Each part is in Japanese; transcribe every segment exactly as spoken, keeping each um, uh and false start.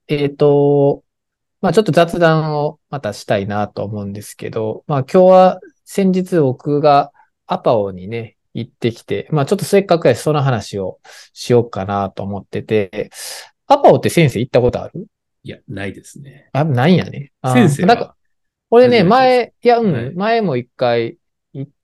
えっと、まあちょっと雑談をまたしたいなと思うんですけど、まあ今日は先日僕がアパオにね、行ってきて、まあちょっとせっかくやしその話をしようかなと思ってて、アパオって先生行ったことある？ いや、ないですね。 あ、ないんやね。ああ、なんか、 先生は俺ね、 初めてですか？ 前、いや、うん、 はい。 前も一回行って、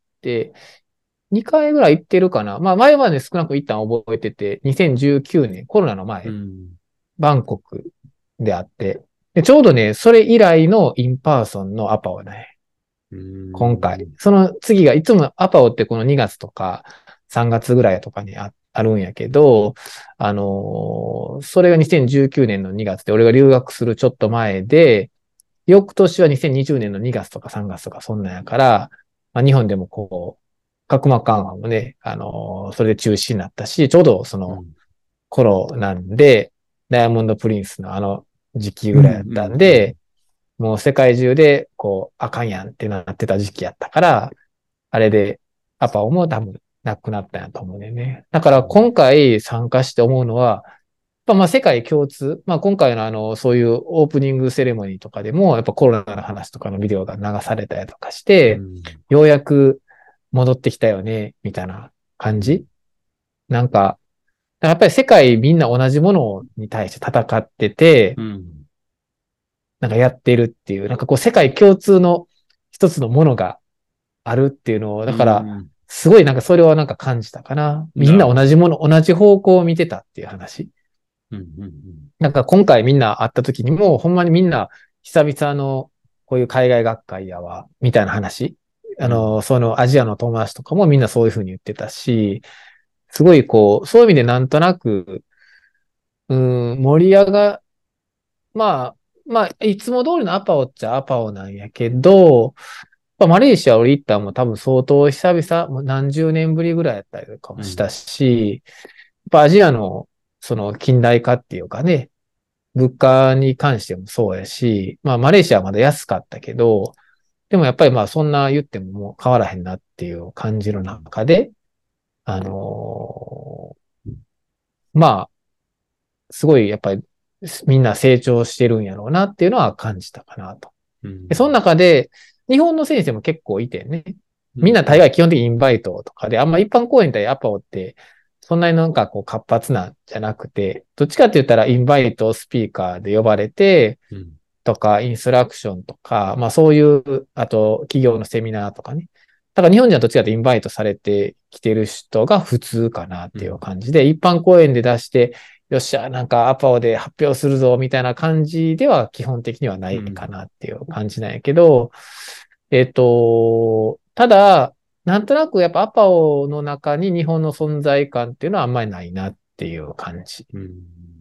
二回ぐらい行ってるかな。まあ前はね、少なく一旦覚えてて、にせんじゅうきゅうねん、コロナの前、 うん。 バンコクであって、で、ちょうどね、それ以来のインパーソンのアパオね、 う今回。 ん。 その次が、いつもアパオってこのにがつとかさんがつぐらいとかにあ、あるんやけど、あのーそれがにせんじゅうきゅうねんのにがつで、俺が留学するちょっと前で、翌年はにせんにじゅうねんのにがつとかさんがつとかそんなんやから、まあ、日本でもこう、角膜緩和もね、あのーそれで中止になったし、ちょうどそのうん。 頃なんで、ダイヤモンドプリンスのあの時期うん。 ぐらいやったんうん。 で、もう世界中で、こう、あかんやんってなってた時期やったから、あれで、アパオも多分なくなったんやと思うねんね。だから今回参加して思うのは、まあ、まあ世界共通、まあ今回のあの、そういうオープニングセレモニーとかでも、やっぱコロナの話とかのビデオが流されたりとかして、 うん。 ようやく戻ってきたよね、みたいな感じ。 うん。 なんか、やっぱり世界みんな同じものに対して戦ってて、 うん。 なんかやってるっていう、なんかこう世界共通の一つのものがあるっていうのを、 うだから、 ん。 すごいなんかそれはなんか感じたかな。みんななるほど。 同じもの、同じ方向を見てたっていう話。 うん。うん。 なんか今回みんな会った時にも、ほんまにみんな久々のこういう海外学会やわ、みたいな話。あうん。 の、そのアジアの友達とかもみんなそういうふうに言ってたし、すごいこう、そういう意味でなんとなく、うん、盛り上が、まあ、まあ、いつも通りのアパオっちゃアパオなんやけど、まあマレーシア俺行ったのも多分相当久々、もう何十年ぶりぐらいやったりとかうん。 もしたし、やっぱアジアのその近代化っていうかね、物価に関してもそうやし、まあマレーシアはまだ安かったけど、でもやっぱりまあそんな言ってももう変わらへんなっていう感じの中で、あのーまあ、すごいやっぱりみんな成長してるんやろうなっていうのは感じたかなと。で、そのうん。 中で、日本の先生も結構いてね、 うん。 みんな大概基本的にインバイトとかで、あんま一般講演対アパオって、そんなになんかこう活発なんじゃなくて、どっちかって言ったらインバイトスピーカーで呼ばれて、 うん。 とか、インストラクションとか、まあそういう、あと企業のセミナーとかね。だから日本人はどっちかというとインバイトされてきてる人が普通かなっていううん。 感じで、一般講演で出して、よっしゃ、なんかアパオで発表するぞみたいな感じでは基本的にはないかうん。 なっていう感じなんやけど、えっと、ただ、なんとなくやっぱアパオの中に日本の存在感っていうのはあんまりないなっていう感じうん。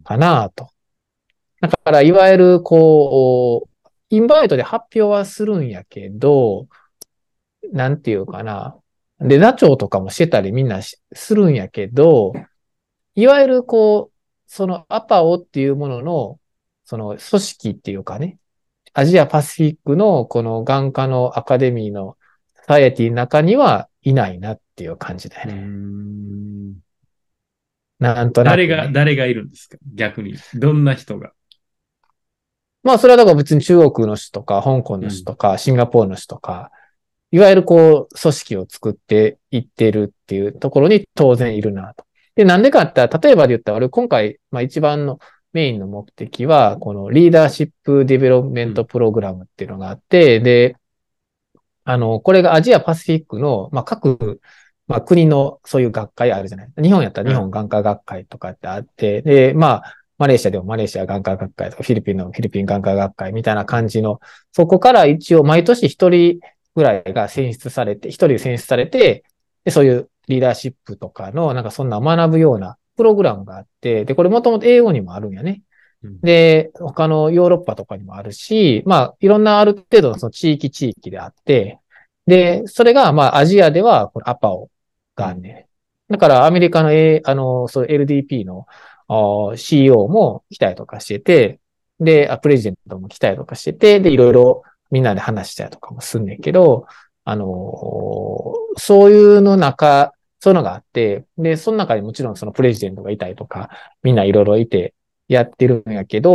かなと。だから、いわゆる、こう、インバイトで発表はするんやけど、なんていうかな。で、ダチョウとかもしてたりみんなしするんやけど、いわゆる、こう、そのアパオっていうものの、その組織っていうかね、アジアパシフィックのこの眼科のアカデミーのソサイエティの中にはいないなっていう感じだようね。 ん。 なんとな誰が、 くね。 誰がいるんですか？逆に。どんな人が。 まあ、それはだから別に中国の人とか、香港うん。 の人とか、シンガポールの人とか、いわゆるこう、組織を作っていってるっていうところに当然いるなと。で、なんでかって言ったら、例えばで言ったら、俺今回、まあ一番のメインの目的は、このリーダーシップディベロップメうん。 ントプログラムっていうのがあって、で、あの、これがアジアパシフィックの、まあ各、まあ国のそういう学会あるじゃない。日本やったら日はい。 本眼科学会とかってあって、で、まあ、マレーシアでもマレーシア眼科学会とか、フィリピンのフィリピン眼科学会みたいな感じの、そこから一応毎年一人ぐらいが選出されて、一人選出されて、で、そういうリーダーシップとかの、なんかそんな学ぶようなプログラムがあって、で、これもともと英語にもあるんやね。 うん。 で、他のヨーロッパとかにもあるし、まあ、いろんなある程度のその地域地域であって、で、それが、まあ、アジアでは、このアパオうん。 があんねん。だから、アメリカの、A、あの、そう エルディーピー のあ シーイーオー も来たりとかしてて、で、あプレジデントも来たりとかしてて、で、いろいろみんなで話したりとかもすんねんけど、あの、そういうの中、そういうのがあって、で、その中にもちろんそのプレジデントがいたりとか、みんないろいろいてやってるんやけど、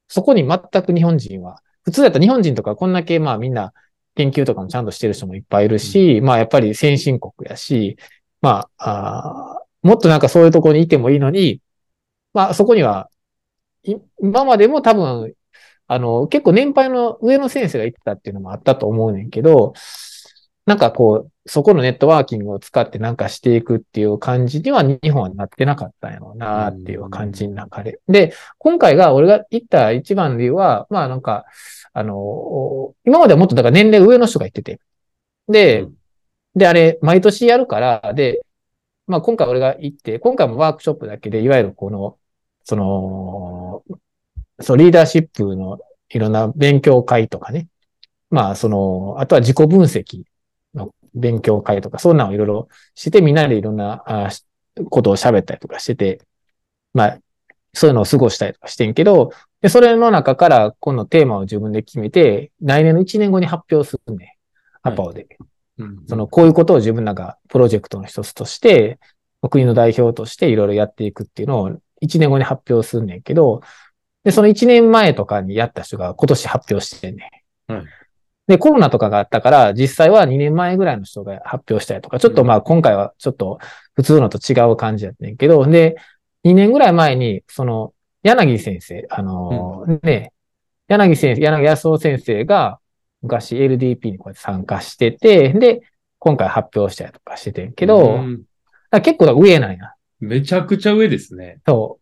そこに全く日本人は、普通だったら日本人とかこんだけまあみんな研究とかもちゃんとしてる人もいっぱいいるし、まあやっぱり先進国やし、まあ、あもっとなんかそういうところにいてもいいのに、まあそこには、今までも多分、あの、結構年配の上の先生が言ってたっていうのもあったと思うねんけど、なんかこう、そこのネットワーキングを使ってなんかしていくっていう感じには日本はなってなかったんやろうなっていう感じの中で。で、今回が俺が行った一番の理由は、まあなんか、あの、今まではもっとだから年齢上の人が行ってて。で、で、あれ、毎年やるから、で、まあ今回俺が行って、今回もワークショップだけで、いわゆるこの、その、そう、リーダーシップのいろんな勉強会とかね。まあ、その、あとは自己分析の勉強会とか、そんなのをいろいろして、みんなでいろんなあことを喋ったりとかしてて、まあ、そういうのを過ごしたりとかしてんけど、で、それの中から今度テーマを自分で決めて、来年のいちねんごに発表するね。アパオで。その、こういうことを自分らがプロジェクトの一つとして、国の代表としていろいろやっていくっていうのをいちねんごに発表するんねんけど、で、そのいちねんまえとかにやった人が今年発表してんね。 はい。 で、コロナとかがあったから、実際はにねんまえぐらいの人が発表したりとか、ちょっとまあ今回はちょっと普通のと違う感じやったんやけど、で、にねんぐらい前に、その、柳先生、あのー、ね、柳先生、柳康夫先生が昔 エルディーピー にこうやって参加してて、で、今回発表したりとかしててんけど、結構上なんや。 めちゃくちゃ上ですね。 そう。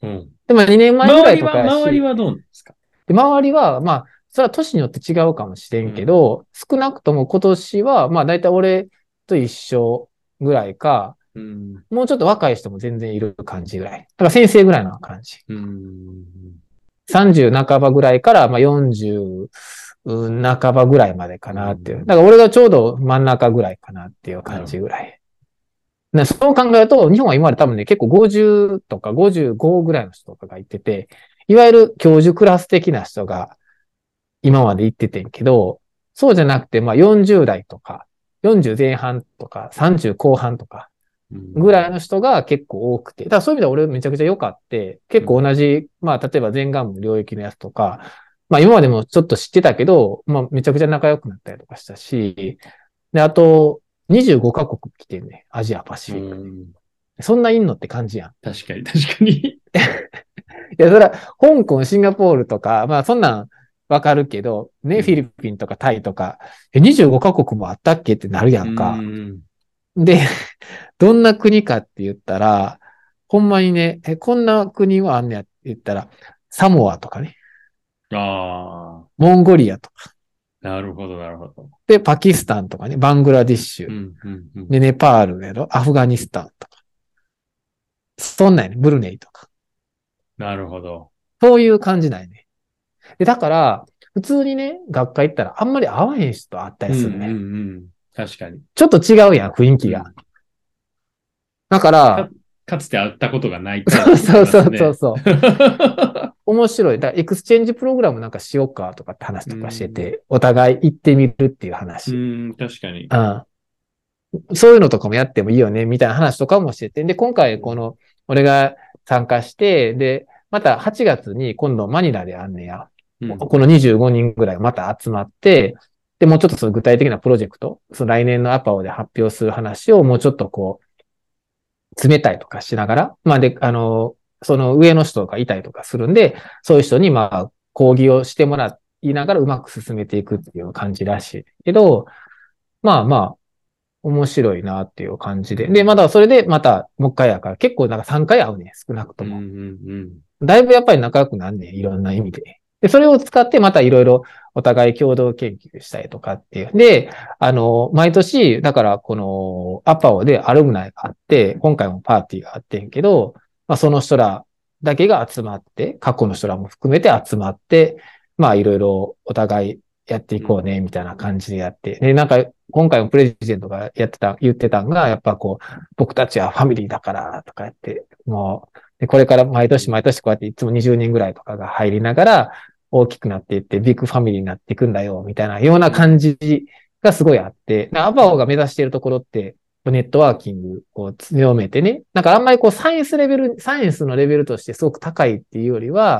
うん。 でもにねんまえぐらいとかやし。 周りは、周りはどうなんですか？ で、周りは、まあ、それは年によって違うかもしれんけど、うん、少なくとも今年は、まあ大体俺と一緒ぐらいか、うん、もうちょっと若い人も全然いる感じぐらい。だから先生ぐらいの感じ。うん、さんじゅう半ばぐらいから、まあよんじゅう半ばぐらいまでかなっていう。だから俺がちょうど真ん中ぐらいかなっていう感じぐらい。うん、そう考えると、日本は今まで多分ね、結構ごじゅうとかごじゅうごぐらいの人とかがいてて、いわゆる教授クラス的な人が今まで行っててんけど、そうじゃなくて、まあよんじゅう代とか、よんじゅう前半とか、さんじゅう後半とか、ぐらいの人が結構多くて、だからそういう意味では俺めちゃくちゃ良かって、結構同じ、まあ例えば前岸部の領域のやつとか、まあ今までもちょっと知ってたけど、まあめちゃくちゃ仲良くなったりとかしたし、で、あと、にじゅうごカ国来てんね、アジアパシフィックに。そんないんのって感じやん。 確かに、確かに。いや、それは、香港、シンガポールとか、まあそんなんわかるけど、ね、うん、フィリピンとかタイとか、え、にじゅうごカ国もあったっけってなるやんか。んで、どんな国かって言ったら、ほんまにね、え、こんな国はあんねやって言ったら、サモアとかね。 ああ。 モンゴリアとか。 なるほど、なるほど。 で、パキスタンとかね、バングラディッシュ。うんうんうん、で、ネパールやろ、アフガニスタンとか。そんなんやね、ブルネイとか。 なるほど。 そういう感じなんやね。で、だから、普通にね、学会行ったらあんまり会わへん人と会ったりするね。うんうんうん、 確かに。 ちょっと違うやん、雰囲気が。うん、だからか、かつて会ったことがない、 ね。そうそうそうそう。面白い。だからエクスチェンジプログラムなんかしようかとかって話とかしてて、お互い行ってみるっていう話。 うん、確かに。 うん。そういうのとかもやってもいいよね、みたいな話とかもしてて。で、今回この、俺が参加して、で、またはちがつに今度マニラであんねや。うん、このにじゅうごにんぐらいまた集まって、で、もうちょっとその具体的なプロジェクト、その来年のアパオで発表する話をもうちょっとこう、詰めたりとかしながら、まあで、あの、その上の人がいたりとかするんで、そういう人にまあ、講義をしてもらいながらうまく進めていくっていう感じらしいけど、まあまあ、面白いなっていう感じで。で、まだそれでまたもう一回やから結構なんかさんかい会うね、少なくとも。うんうんうん、だいぶやっぱり仲良くなんね、いろんな意味で。で、それを使ってまたいろいろお互い共同研究したりとかっていう。で、あの、毎年、だからこのアパオでアルムナイがあって、今回もパーティーがあってんけど、まあその人らだけが集まって、過去の人らも含めて集まって、まあいろいろお互いやっていこうね、みたいな感じでやって。で、なんか今回もプレジデントがやってた、言ってたんが、やっぱこう、僕たちはファミリーだから、とかやって、もう、で、これから毎年毎年こうやっていつもにじゅうにんぐらいとかが入りながら大きくなっていってビッグファミリーになっていくんだよ、みたいなような感じがすごいあって、アパオが目指しているところって、ネットワーキングを強めてね、なんかあんまりこうサイエンスレベル、サイエンスのレベルとしてすごく高いっていうよりは、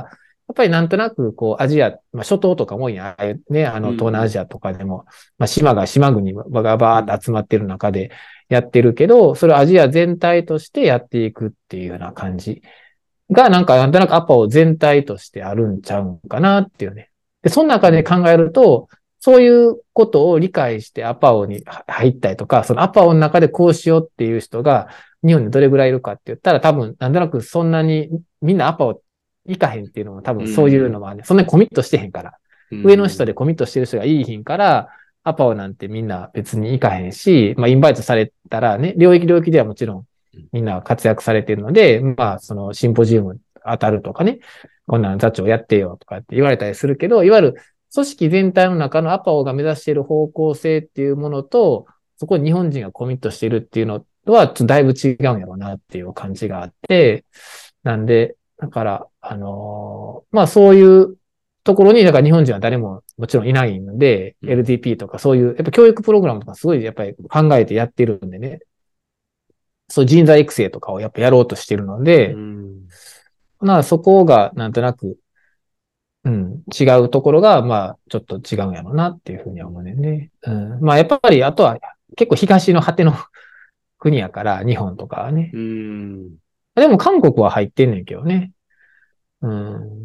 っぱりなんとなく、こう、アジア、まあ、諸島とかも多いやん、ああいうね、あの、 うん東南アジアとかでも、まあ、島が、島国がバーって集まってる中でやってるけど、それをアジア全体としてやっていくっていうような感じが、なんか、なんとなくアパオ全体としてあるんちゃうんかなっていうね。で、その中で考えると、そういうことを理解してアパオに入ったりとか、そのアパオの中でこうしようっていう人が日本にどれぐらいいるかって言ったら多分なんとなくそんなにみんなアパオ行かへんっていうのも多分そういうのもね、そんなにコミットしてへんから。上の人でコミットしてる人がいいひんから、アパオなんてみんな別に行かへんし、まあインバイトされたらね、領域領域ではもちろんみんな活躍されているので、まあそのシンポジウム当たるとかね、こんなん座長やってよとかって言われたりするけど、いわゆる組織全体の中のアパオが目指している方向性っていうものと、そこに日本人がコミットしているっていうのとは、ちょっとだいぶ違うんやろうなっていう感じがあって、なんで、だから、あのーまあそういうところに、だから日本人は誰ももちろんいないので、 うんエルディーピー とかそういう、やっぱ教育プログラムとかすごいやっぱり考えてやってるんでね、そう人材育成とかをやっぱやろうとしてるので、 うん。 まあそこがなんとなく、うん、違うところが、まあ、ちょっと違うんやろうなっていうふうには思うねんね。うん。まあ、やっぱり、あとは、結構東の果ての国やから、日本とかはね。 うん。 でも、韓国は入ってんねんけどね。うん。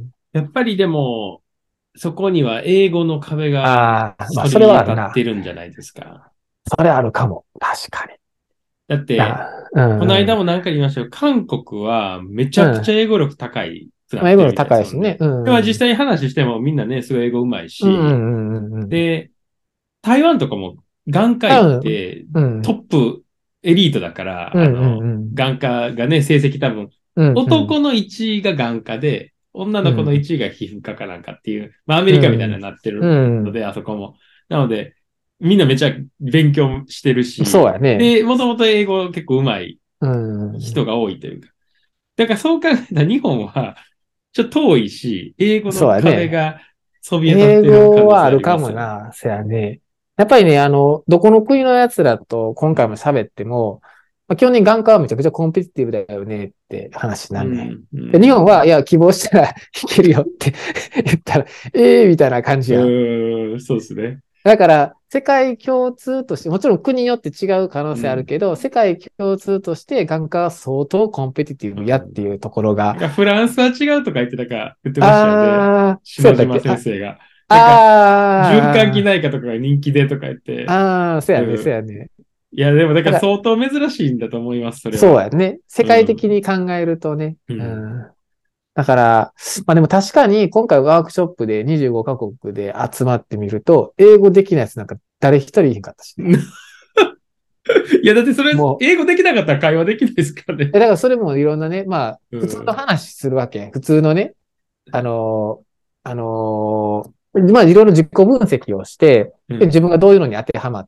やっぱりでも、そこには英語の壁がああ、まあ、それそり立ってはあるな。 るんじゃないですか。 それあるかも。確かに。 だって、 だ、うん、うん。 この間も何回言いましたけど、韓国はめちうん。 ゃくちゃ英語力高いくなまあ、英語のってるみたいですもんね。 高いしね。うん、 でもうん。 実際に話してもみんなね、すごい英語上手いうん、 し、 うん、うん。うん。 で、台湾とかも眼科医っ多分、 てうん、 トップエリートだかうん、 ら、あうん、 の、 うん。 眼科がね、成績多分、 うん、うん。 男のいちいが眼科で、女の子のうん、 いちいが皮膚科かなんかっていう、まあアメうリカみたいなん。 になってうるのん。 で、あそこも。なので、みんなめちゃ勉強してるし、 そうやね。 で、もともと英語結構上手いうん。 人が多いというか。だからそう考えたら日本はちょっと遠いし、英語そうのやね。 壁がそびえ立っ英てる可語能性あはあるかりますよね。 もな、せやね。やっぱりね、あの、どこの国のやつらと今回も喋っても、まあ、基本的に眼科はめちゃくちゃコンペティティブだよねって話なんね。 うん、うで、日本ん。 は、いや、希望したらいけるよって言ったら、ええー、みたいな感じうやん。 ーん、そうですね。 だから、世界共通として、もちろん国によって違う可能うん。 性あるけど、世界共通として眼科は相当コンペティティブやってうんいうところが、 なんかフランスは違うとか言ってたか言ってましたよね。 あー、そうや島島ったっけあ、 先生が。なんか、循環器あ内科とかが人気でとか言って。 あ、ああ、そうやね、そううん。 やね。 いや、でも、だかだからら相当珍しいんだと思います、それは。 そうやね。世う界的ん。 に考えるとね。 うん。 うん。だから、まあでも確かに今回ワークショップでにじゅうごカ国で集まってみると、英語できないやつなんか誰一人いへんかったしね。 いや、だってそれ、 も英語できなかったら会話できないですからう、 ね。 えだからそれもいろんなね、まあ、普通のうん。 話するわけ。普通のね、あのー、あのー、まあいろいろ自己分析をして、で、 うん。 自分がどういうのに当てはまって、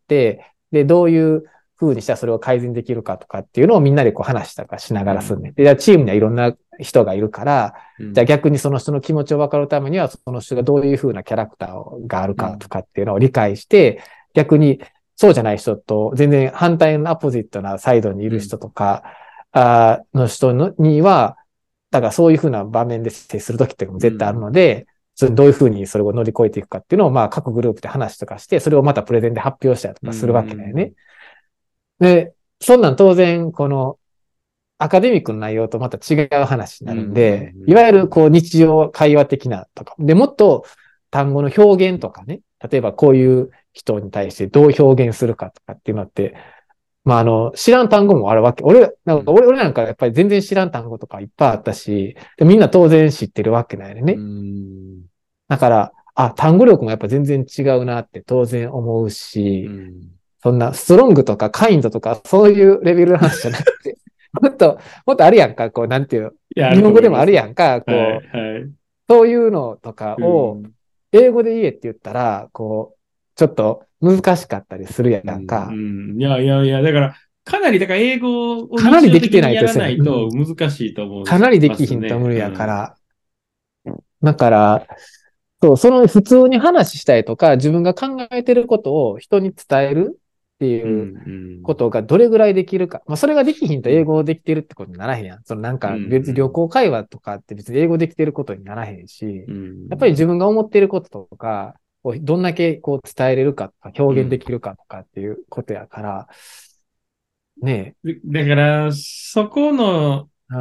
で、どういう風にしたらそれを改善できるかとかっていうのをみんなでこう話したかしなうん。 がらすんねん。で、じゃあチームにはいろんな人がいるから、 うん。 じゃあ逆にその人の気持ちを分かるためには、その人がどういう風なキャラクターがあるうん。 かとかっていうのを理解して、逆にそうじゃない人と全然反対のアポジットなサイドにいるうん。 人とか、あの人のには、だからそういう風な場面で接するときっていうのも絶対あるうん。 ので、それどういうふうにそれを乗り越えていくかっていうのを、まあ、各グループで話とかして、それをまたプレゼンで発表したりとうかするわけだよね。 ん。 で、そんなん当然、このアカデミックの内容とまた違う話にうん。 なるんうで、いわゆるん。 こう日常会話的なとか、で、もっと単語の表現とかね、例えばこういう人に対してどう表現するかとかっていうのって、まあ、あの、知らん単語もあるわけ。俺、なんか俺、俺なんかやっぱり全然知らん単語とかいっぱいあったし、でみんな当然知ってるわけなんようね。 ん。 だから、あ、単語力もやっぱ全然違うなって当然思ううし、 ん。 そんなストロングとかカインドとかそういうレベルの話じゃなくて、もっと、もっとあるやんか、こう、なんていう、 いや、あ日ると本語でもある思います。 やんか、 はい。 こう、 はい。 そういうのとかうをん。 英語で言えって言ったら、こう、ちょっと難しかったりするやうん。 んか。 うん。いやいやいや、だから、かなり、だから英語をかなりでき日常的てないとせん。 にやらないうん。 と難しいと思いかなりできひんとますね。 無理うん。 やから。だから、そう、その普通に話したいとか、自分が考えてることを人に伝える。 ってういうんことがどれぐらいできるか。まあ、それができひんと英語できてるってことにならへんやん。そのなんかうん別に旅行会話とかって別に英語できてることにならへんし、 うやっぱり自ん分が思っていることとか、こうどんだけこう伝えれるかとか、表現できるかとかっていうことやから、ねでだから、そこのえ、うん。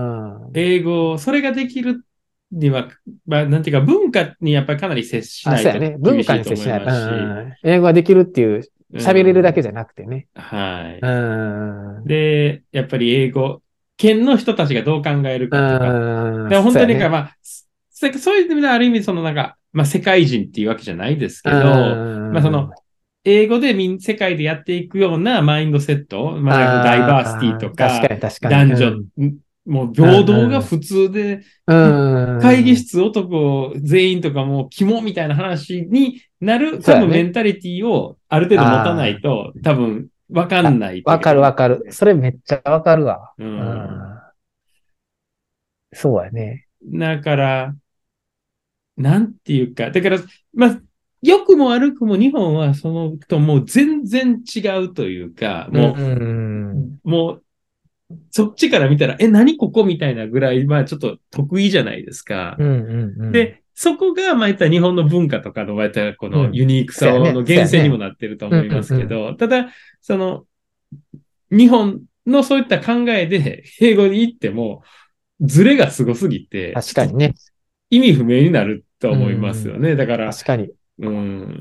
英語、それができるには、まあ、なんていうか、文化にやっぱりかなり接しあ、 ないとそうやね。文厳しいと化に接しない。う思いますし、 んうん。英語ができるっていう、 う喋れるだけじん、 ゃなくてね。うはい。 ん。うん。 で、やっぱり英語圏の人たちがどう考えるうかとか、 ん。 で本当になんか、 そうやね。 まあ、そそういう意味ではある意味、そのなんか、まあ、世界人っていうわけじゃないですうけど、まあ、そん。 の、英語でみん世界でやっていくようなマインドセット、まあ、なんかそのダイあバーシティあ、確かとか、 に確かに。 男女、 うん。 もうう平等がん。 普通で、 うもう会議ん。 室男全員とかもう肝みたいな話になる多分メンそうやね。 タリティをある程度持たないあと多分わかあ。あ、 んないといわうか多分かるわかる。それめっちゃわかるわ。 ううん。 ん。そうやね。 だから、なんていうか、だから、まあ、良くも悪くも日本はそのともう全然違うというか、 うもん。 う、もう、そっちから見たら、え、何ここみたいなぐらい、まあちょっと得意じゃないですか。 うんうんうん。 で、そこが、まあ言ったら日本の文化とかの、まあ言ったらこうん。 のユニークさのそうやね。そう源泉にもやね。 なってるとうん思いまうんうん。 すけど、ただ、その、日本のそういった考えで英語に行っても、ズレがすごすぎて、ちょっと確かにね。 意味不明になるとう思いますん。 よね。だから、 確かに。 うん、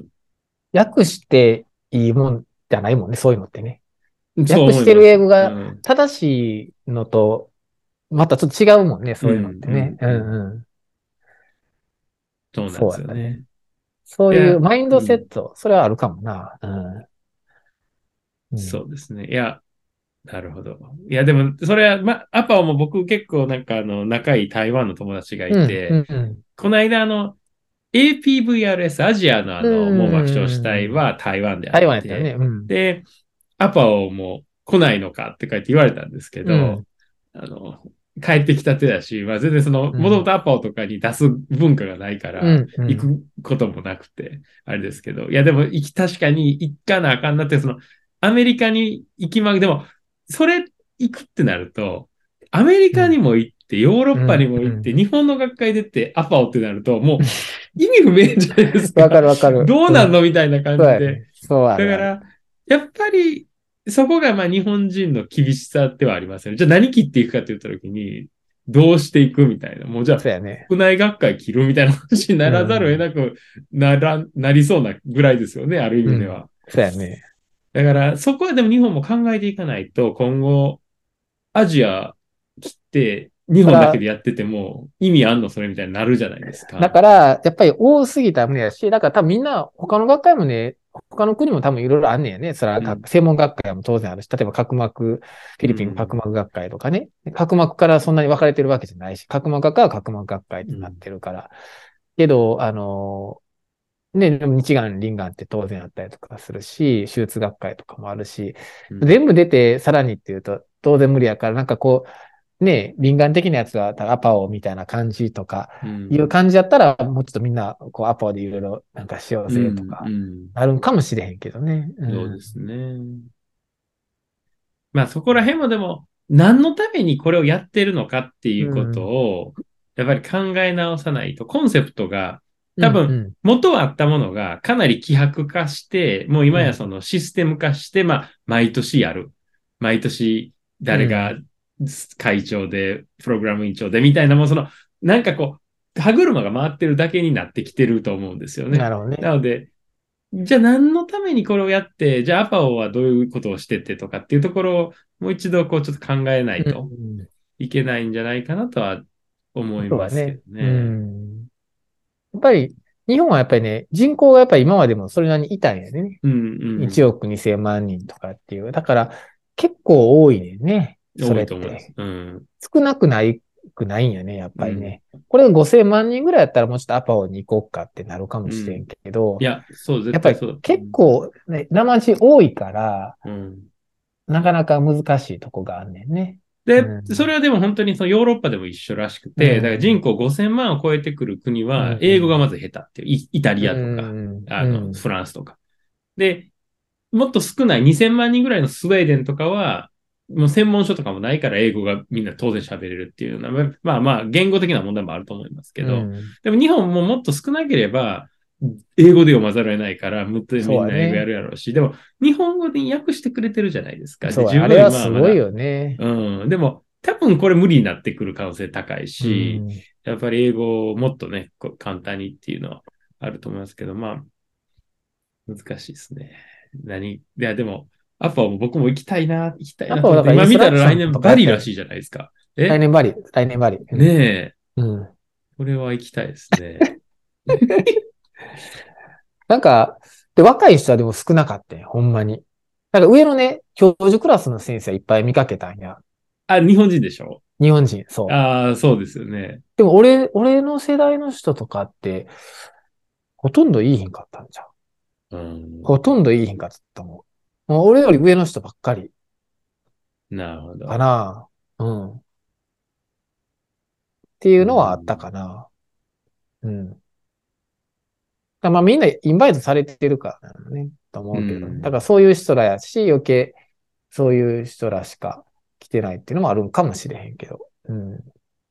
訳していいもんじゃないもんね。そういうのってね。 そう訳してる思います。 英語がうん、 正しいのと、またちょっと違うもんね。そういうのっうん、うてね。 ん、 ううん。 んうん。 そうなんでそうやったね。 すよね。 そういういや、 マインドセうん、 ット、それはあるかもな。うん。うん。 そうですね。いや、なるほど。いや、でも、それは、ま、アパオも僕結構なんかあの、仲いい台湾の友達がいうん。うて、 ん。うん。 この間あの、エーピーブイアールエス、アジアのあうの、網膜聴主体ん。 は台湾であっ台湾やったよね。 て、 うん。 で、アパオも来ないのかって書いて言われたんですけど、 うん。 あの、帰ってきたてだし、まあ全然その、もともうん。 とアパオとかに出す文化がないから、 うん。うん。 行くこともなくて、あれですけど、いやでも行き、確かに行かなあかんなって、その、アメリカに行きまく、でも、それ行くってなると、アメリカにも行って、ヨーロッパにうん。 も行って、 うん。 日本の学会出て、アパオってなると、もう意味不明じゃないですか。 わかるわかる。 どうなんうん。 のみたいな感じで。 そうやね。そうあるある。 だから、やっぱり、そこがまあ日本人の厳しさではありますよね。じゃあ何切っていくかって言ったときに、どうしていくみたいな。もうじゃあ、 そうやね。 国内学会切るみたいな話になうらざるを得ん。 なくなら、なりそうなぐらいですよね、ある意うん。 味では。 そうやね。 だから、そこはでも日本も考えていかないと、今後、アジア切って、日だから、 本だけでやってても意味あんのそれみたいになるじゃないですか。 だから、やっぱり多すぎたら無理やし、だから多分みんな、他の学会もね、他の国も多分いろいろあんねんよね。それはうん、 学専門学会も当然あるし、例えば角膜、フィうリピン角ん、 膜学会とかね。角膜からそんなに分かれてるわけじゃないし、角膜学会は角膜学会ってなっうん、 てるから。けど、あの、ね、でも日眼、輪眼って当然あったりとかするし、手術学会とかもあるし、 うん、 全部出てさらにっていうと当然無理やから、なんかこう、ね、輪眼的なやつはアパオみたいな感じとかうん、 いう感じやったら、もうちょっとみんなこうアパオでいろいろなんかしよううん、うぜとか、 ん。 あるんかもしれへんけどね。うん。 そうですね。まあそこら辺もでも、何のためにこれをやってるのかっていうことうん。 を、やっぱり考え直さないと、コンセプトが、 うん。う多分、 ん。 元はあったものがかなり希薄化して、もう今やうん。 そのシステム化して、まあ、毎年やる。毎年、誰がうん。 会長で、プログラム委員長で、みたいな、もうその、なんかこう、歯車が回ってるだけになってきてると思うんですよね。 なるほどね。 なので、じゃあ何のためにこれをやって、じゃあアパオはどういうことをしてってとかっていうところをもう一度こうちょっと考えなういとん。 いけないんじゃないかなとは思いますけどそうだね。うね。 ん。やっぱり、日本はやっぱりね、人口がやっぱり今までもそれなりにいたんやでね。 うんいちおくにせん万人とかっていう。だから結構多いねんね。 うん。 そ多れって。 いと思います。うん。 少なくないくないんよね、やっうん。 ぱりね。これごせん万人ぐらいやったらもうちょっとアパオに行こうかってなるかもうん。 しれんけど、 いや、そう、絶やっぱり対そうだと思結構ね、生地多いから、 う。うん。 なかなか難しいとこがあんねんね。うで、それん。 はでも本当にそのヨーロッパでも一緒らしくうて、だから人ん。 口ごせんまんを超えてくる国うは英語がん。 まず下手っていう、イイタうリアとか、 ん。 あの、 うん。 フランスとか。で、 もっと少ないにせんまん人ぐらいのスウェーデンとかは、もう専門書とかもないから英語がみんな当然喋れるっていうような、まあまあ言語的な問題もあると思いますけど、 うん。 でも日本ももっと少なければ、英語で読まざるを得ないから、むっとみんな英語やそうやね。 るやろうし、でも日本語で訳してくれてるじゃないですか。で、 そうや。 自分よりあれはまあまだ、 すごいよね。 うん、でも多分これ無理になってくる可能性高いうし、 ん。 やっぱり英語をもっとね、こう簡単にっていうのはあると思いますけど、まあ、難しいですね。何いや、でも、アッパーも僕も行きたいな、行きたいやっぱなと思って、 だからインスト今見たらラクションと来年バかやったら、 リらしいじゃないですか。え来年バリ、来年バリ。うねん。 え、 うん。 これは行きたいですね。 なんか、で、若い人はでも少なかったよ、ほんまに。なんか上のね、教授クラスの先生はいっぱい見かけたんや。 あ、日本人でしょ？ 日本人、そう。 ああ、そうですよね。 でも俺、俺の世代の人とかって、ほとんどいいひんかったんじゃん。 うん、 ほとんどいいひんかったと思う。もう俺より上の人ばっかりなるほかど。 な。うん。っていううのはあったん、 かな。うん。だまあみんなインバイトされてるからなのね、とう思うけどね。だん、 からそういう人らやし、余計そういう人らしか来てないっていうのもあるんかもしれへんけど。うん。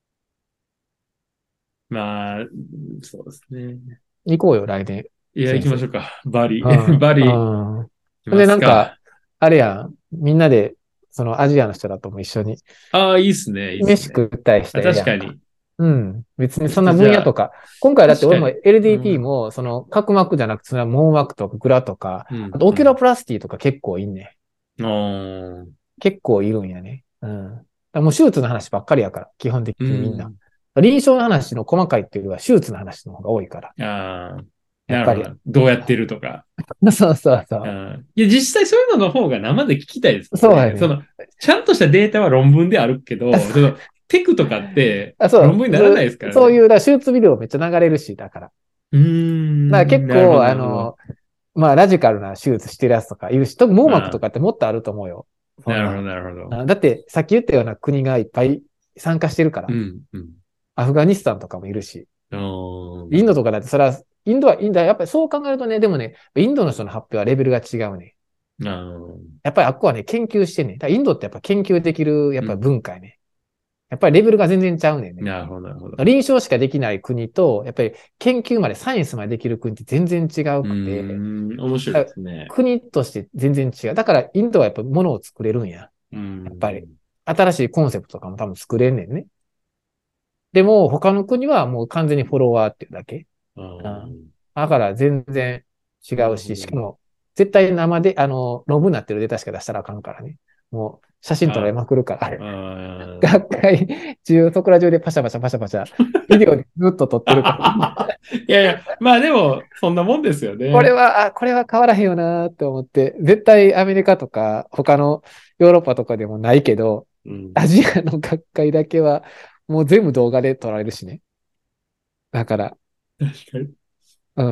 まあ、そうですね。 行こうよ、来年。 いや、行先生。 きましょうか。バリ。 うん。 バリ、 うん。 行きまで、なんか、 すか。 あれやん。みんなで、そのアジアの人らとも一緒にああ、いいっすね、いいっす飯ね。 食ったりしあ、 たらええやんか。 確かに。 うん。別にちょっそんなとじゃあ、 分野とか。今回だって俺も確かに。うエルディーティーん、 も、その角膜じゃなくて、その網膜とかグラとか、 うん、 あとオキュラうん。 プラスティとか結構いんね。 ああ、 結構いるんやね。うん。だからもう手術の話ばっかりやから、基本的うにみんな。 ん。 臨床の話の細かいっていうよりは手術の話の方が多いから。 ああ、 やっぱり。 なるほど。どうやってるとか。 そうそうそあーいや、実際そういうのの方が生で聞きたいですう。 もんね。そそうやね。 の、ちゃんとしたデータは論文であるけど、その、テクとかってあ、そ論文にう。 ならないですからね。 そそういう、だから手術ビデオめっちゃ流れるし、だから。 うーだからん、なるほど、 結構、 なるほど。 あの、まあ、ラジカルな手術してるやつとかいるし、特に網膜とあかってもっとあると思うよ。 あ、なるほど、 そんな。 なるほど。 あだって、さっき言ったような国がいっぱい参加してるから。 うん、うん。 アフガニスタンとかもいるし。 あーインドとかだって、それは、インドは、インドはやっぱりそう考えるとね、でもね、インドの人の発表はレベルが違うね。 あー、 やっぱりあっこはね、研究してんね。だからインドってやっぱ研究できる、やっぱりうん。 文化やね。やっぱりレベルが全然ちゃうねんね。 なるほど、なるほど。 臨床しかできない国と、やっぱり研究まで、サイエンスまでできる国って全然違ううくて、 ーん、面白いだからですね。 国として全然違う。だからインドはやっぱ物を作れるんや。 うやっぱり。 ん。 新しいコンセプトとかも多分作れんねんね。でも他の国はもう完全にフォロワーっていうだけ。 あうん。 ーだから全然違うし、しなるほど。 かも絶対生で、あの、論文になってるデータしか出したらあかんからね。もう写真撮られあまくるから。 あ、あ学会中、そこら中でパシャパシャパシャパシャ、ビデオでずっと撮ってるから。 あ。いやいや、まあでも、そんなもんですよね。 これは、あ、これは変わらへんよなって思って、絶対アメリカとか他のヨーロッパとかでもないけど、 うん。 アジアの学会だけはもう全部動画で撮られるしね。だから、 確かに。 うん。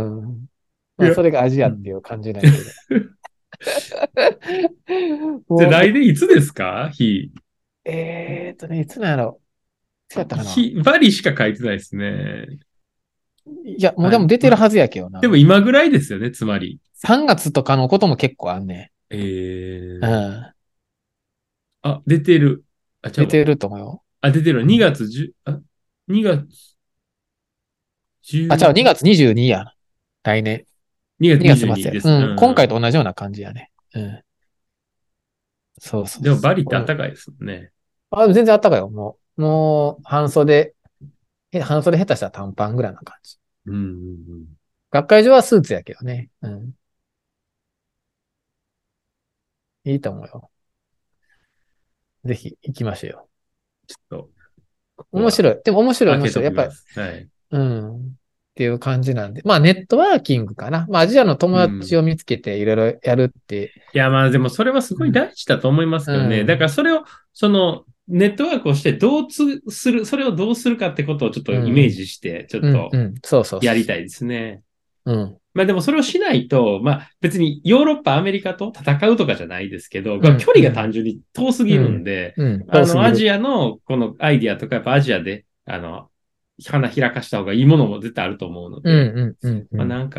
いや、 まあそれがアジアっていうん。 う感じなんやけど。 じゃあもう、も来年いつですか？日。 うえーっとね、いつなんやろ。いつやったかな。 日、バリしか書いてないですね。 いや、もうあ、 でも出てるま、 はずやけどでもな。 今ぐらいですよね、つまり。 さんがつとかのことも結構あんね。 えうー、 ん。 あ、出てる。あ、ちゃうわ。 出てると思うよ。 あ、出てる。 うん。 にがつじゅう、あ、にがつあ、じゃあじゅう、 にがつにじゅうにやな。来年。 にがつ 2月 22 末や。 です。ううん。今回とん。 同じような感じやね。うん。そうそうでもそう。 バリって暖これもかいですもんね。 あ、全然あったかいよ。もう、もう、半袖、え半袖下手したら短パンぐらいな感じ。 うんうん学会場はスーツやけどね。うん。いいと思うよ。ぜひ行きましょうよ。 ちょっと、ここは面白い。でも面白い開け面白い。やっぱり、 ときます。はい。 うん。っていう感じなんで。まあネットワーキングかな。まあアジアの友うん。 達を見つけていろいろやるって。 いや、まあでもそれはすごいうん。 大事だと思いますうけどね。だからん。 それを、その、ネットワークをしてどうつする、それをどうするかってことをちょっとイメーうん。 ジして、ちょっうん。うとん。そうそうそやりたいですね。 う。うん。 まあでもそれをしないと、まあ別にヨーロッパ、アメリカと戦うとかじゃないですけど、 うん。 距離がうん。 単純に遠すぎるんうん。 で、 うん。 あの、 遠すぎる。 アジアのこのアイディアとか、やっぱアジアで、あの、花開かした方がいいものも絶対あると思うのうん。 で、 うん。うん。うまあん。 なんか、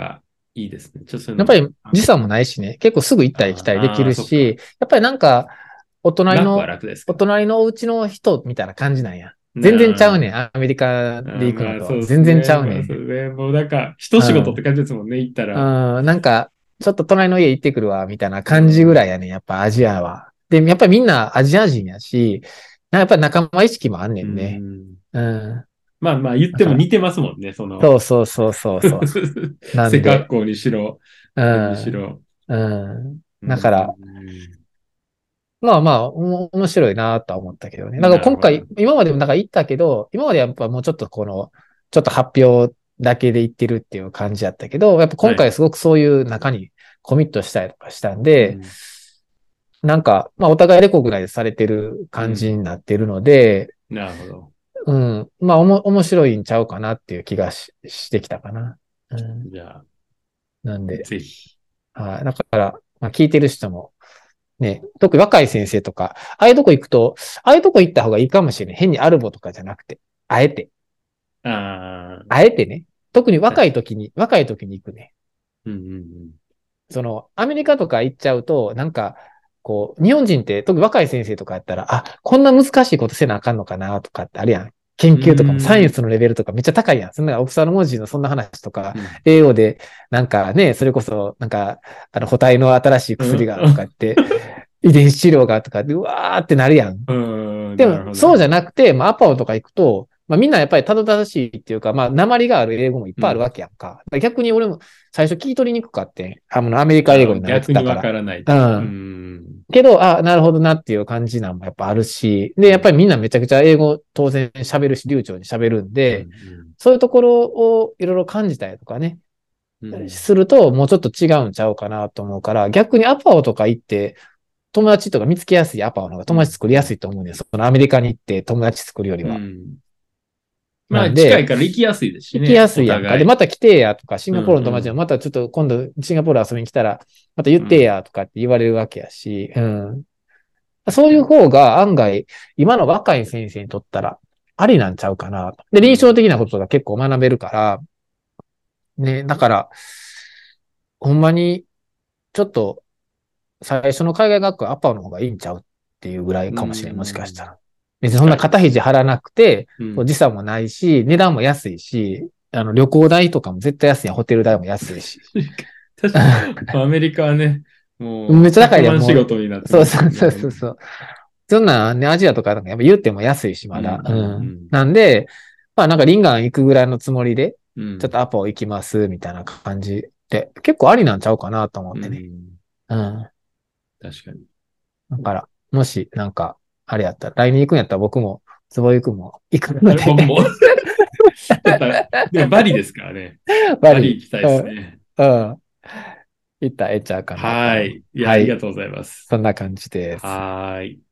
いいですね。ちょっとそういうのも。 やっぱり時差もないしね、結構すぐ行ったり来たりできああ、そっか。 るし、やっぱりなんか、お隣楽はの、お楽ですか？ 隣のお家の人みたいな感じなんや。全然ちゃうねん。 なアメリカあ、 で行くのまあそうと。 ですね。 全然ちゃうまあねん。 そうですね。もうなんか、一仕事ってうん。 感じですもんね。行ったら。 うん。なんか、ちょっと隣の家行ってくるわ、みたいなう感じぐらいん。 やねん。やっぱアジアは。で、やっぱりみんなアジア人やし、やっぱり仲間意識もあんねうんね。 ん。 うん。 まあまあ言っだから、 ても似てますもんね。そのそうそうそうそうそう。なんで、 背格好にしろ、 うあれにしん。 ろ。 うん。 うだから、 ん。 まあまあ、おも面白いなとは思ったけどね。だからなるほど。 今回、今までもなんか行ったけど、今までやっぱもうちょっとこの、ちょっと発表だけで行ってるっていう感じやったけど、やっぱ今はい。 回すごくそういう中にコミットしたりとかしたんで、 うん。 なんか、まあお互いレコグナイズされてる感じうん。 になってるので、 なるほど。 うん、まあおも面白いんちゃうかなっていう気がし、してきたかな。うん、 じゃあ、 なんで、 ぜひ。 はい。だから、まあ聞いてる人も、ね、特に若い先生とか、ああいうとこ行くと、ああいうとこ行った方がいいかもしれない。変にアルボとかじゃなくて、あえて、 ああ、 あえてね。特に若い確か時に、若い時に行くね。 に。うんうんその、アメリカとか行っちゃうと、なんか、こう、日本人って、特に若い先生とかやったら、あ、こんな難しいことせなあかんのかなとかってあるやん。研うん。う究とかもサイエンーん。 スのレベルとかめっちゃ高いやん。そんなオクサル文字のそんな話とか、 うん。 栄養で、なんかね、それこそ、なんか、あの、補体の新しいうん。 薬がとかって、遺伝子治療がとかって、うわーってなるやん。 うん。 でも、 なるほど。 そうじゃなくて、まあ、アパオとか行くと、まあ、みんなやっぱりたどたどしいっていうか、まあ、訛りがある英語もいっうん。 ぱいあるわけやんか。だから逆に俺も最初聞き取りにくかってん、あの、アメリカ英語あ、 に慣れて逆にわたから。 からないと。ううん。 ん。 けど、あ、なるほどなっていう感じなんもやっぱあるし、で、 うん。 やっぱりみんなめちゃくちゃ英語当然喋るし、流暢に喋るんうん。うで、 ん。 そういうところをいろいろ感じたりとかね、 うん。 すると、もうちょっと違うんちゃうかなと思うから、逆にアパオとか行って、友達とか見つけやすいアパオの方がうん。 友達作りやすいと思うんです。そのアメリカに行って友達作るよりは。 うん。まあ、近いなんで、 から行きやすいですし行きやね。 すいやんか。で、 お互い。 また来てやとか、シンうガポールの友達もん。 またちょっと今度シンガポール遊びに来たら、また言ってうん。 やとかって言われるわけやし、うん。そういう確かに。 方が案外、今の若い先生にとったら、ありなんちゃうかな。で、臨床うん。 的なことが結構学べるから、ね、だから、ほんまに、ちょっと、最初の海外学校はアパの方がいいんちゃうっていうぐらいうかもしれん、もしかしたん。 ら。別にそんな近いで肩すしね。 肘張らなくて、 うん。 そう時差もないし、値段も安いし、あの、旅行代とかも絶対安いやん、ホテル代も安いし。 確かアメリカはね、もうめっちゃ高い 100 で、 万仕もう。 事になってそうそうますもんね。 そうそうそう。そんなね、アジアとかなんかやっぱ言っても安いし、 うんうまだ。うん。 んなんで、まあなんかリンガン行くぐらいのつもりで、 うん。うん。 ちょっとアポ行きます、みたいな感じで、結構ありなんちゃうかなと思っうてね。 ん。 うん。 確かに。 だから、もしなんか、あれやったら、来年行くんやったら僕も、坪井くんも行くのあれ、僕でもちょっと、でもバリですからね。 バリ、 バリ行きたいうん、 ですね。 うん、行ったらええちゃうかなと思う。 はい。いや、あはい。 りがとうございます。 そんな感じです。 はーい。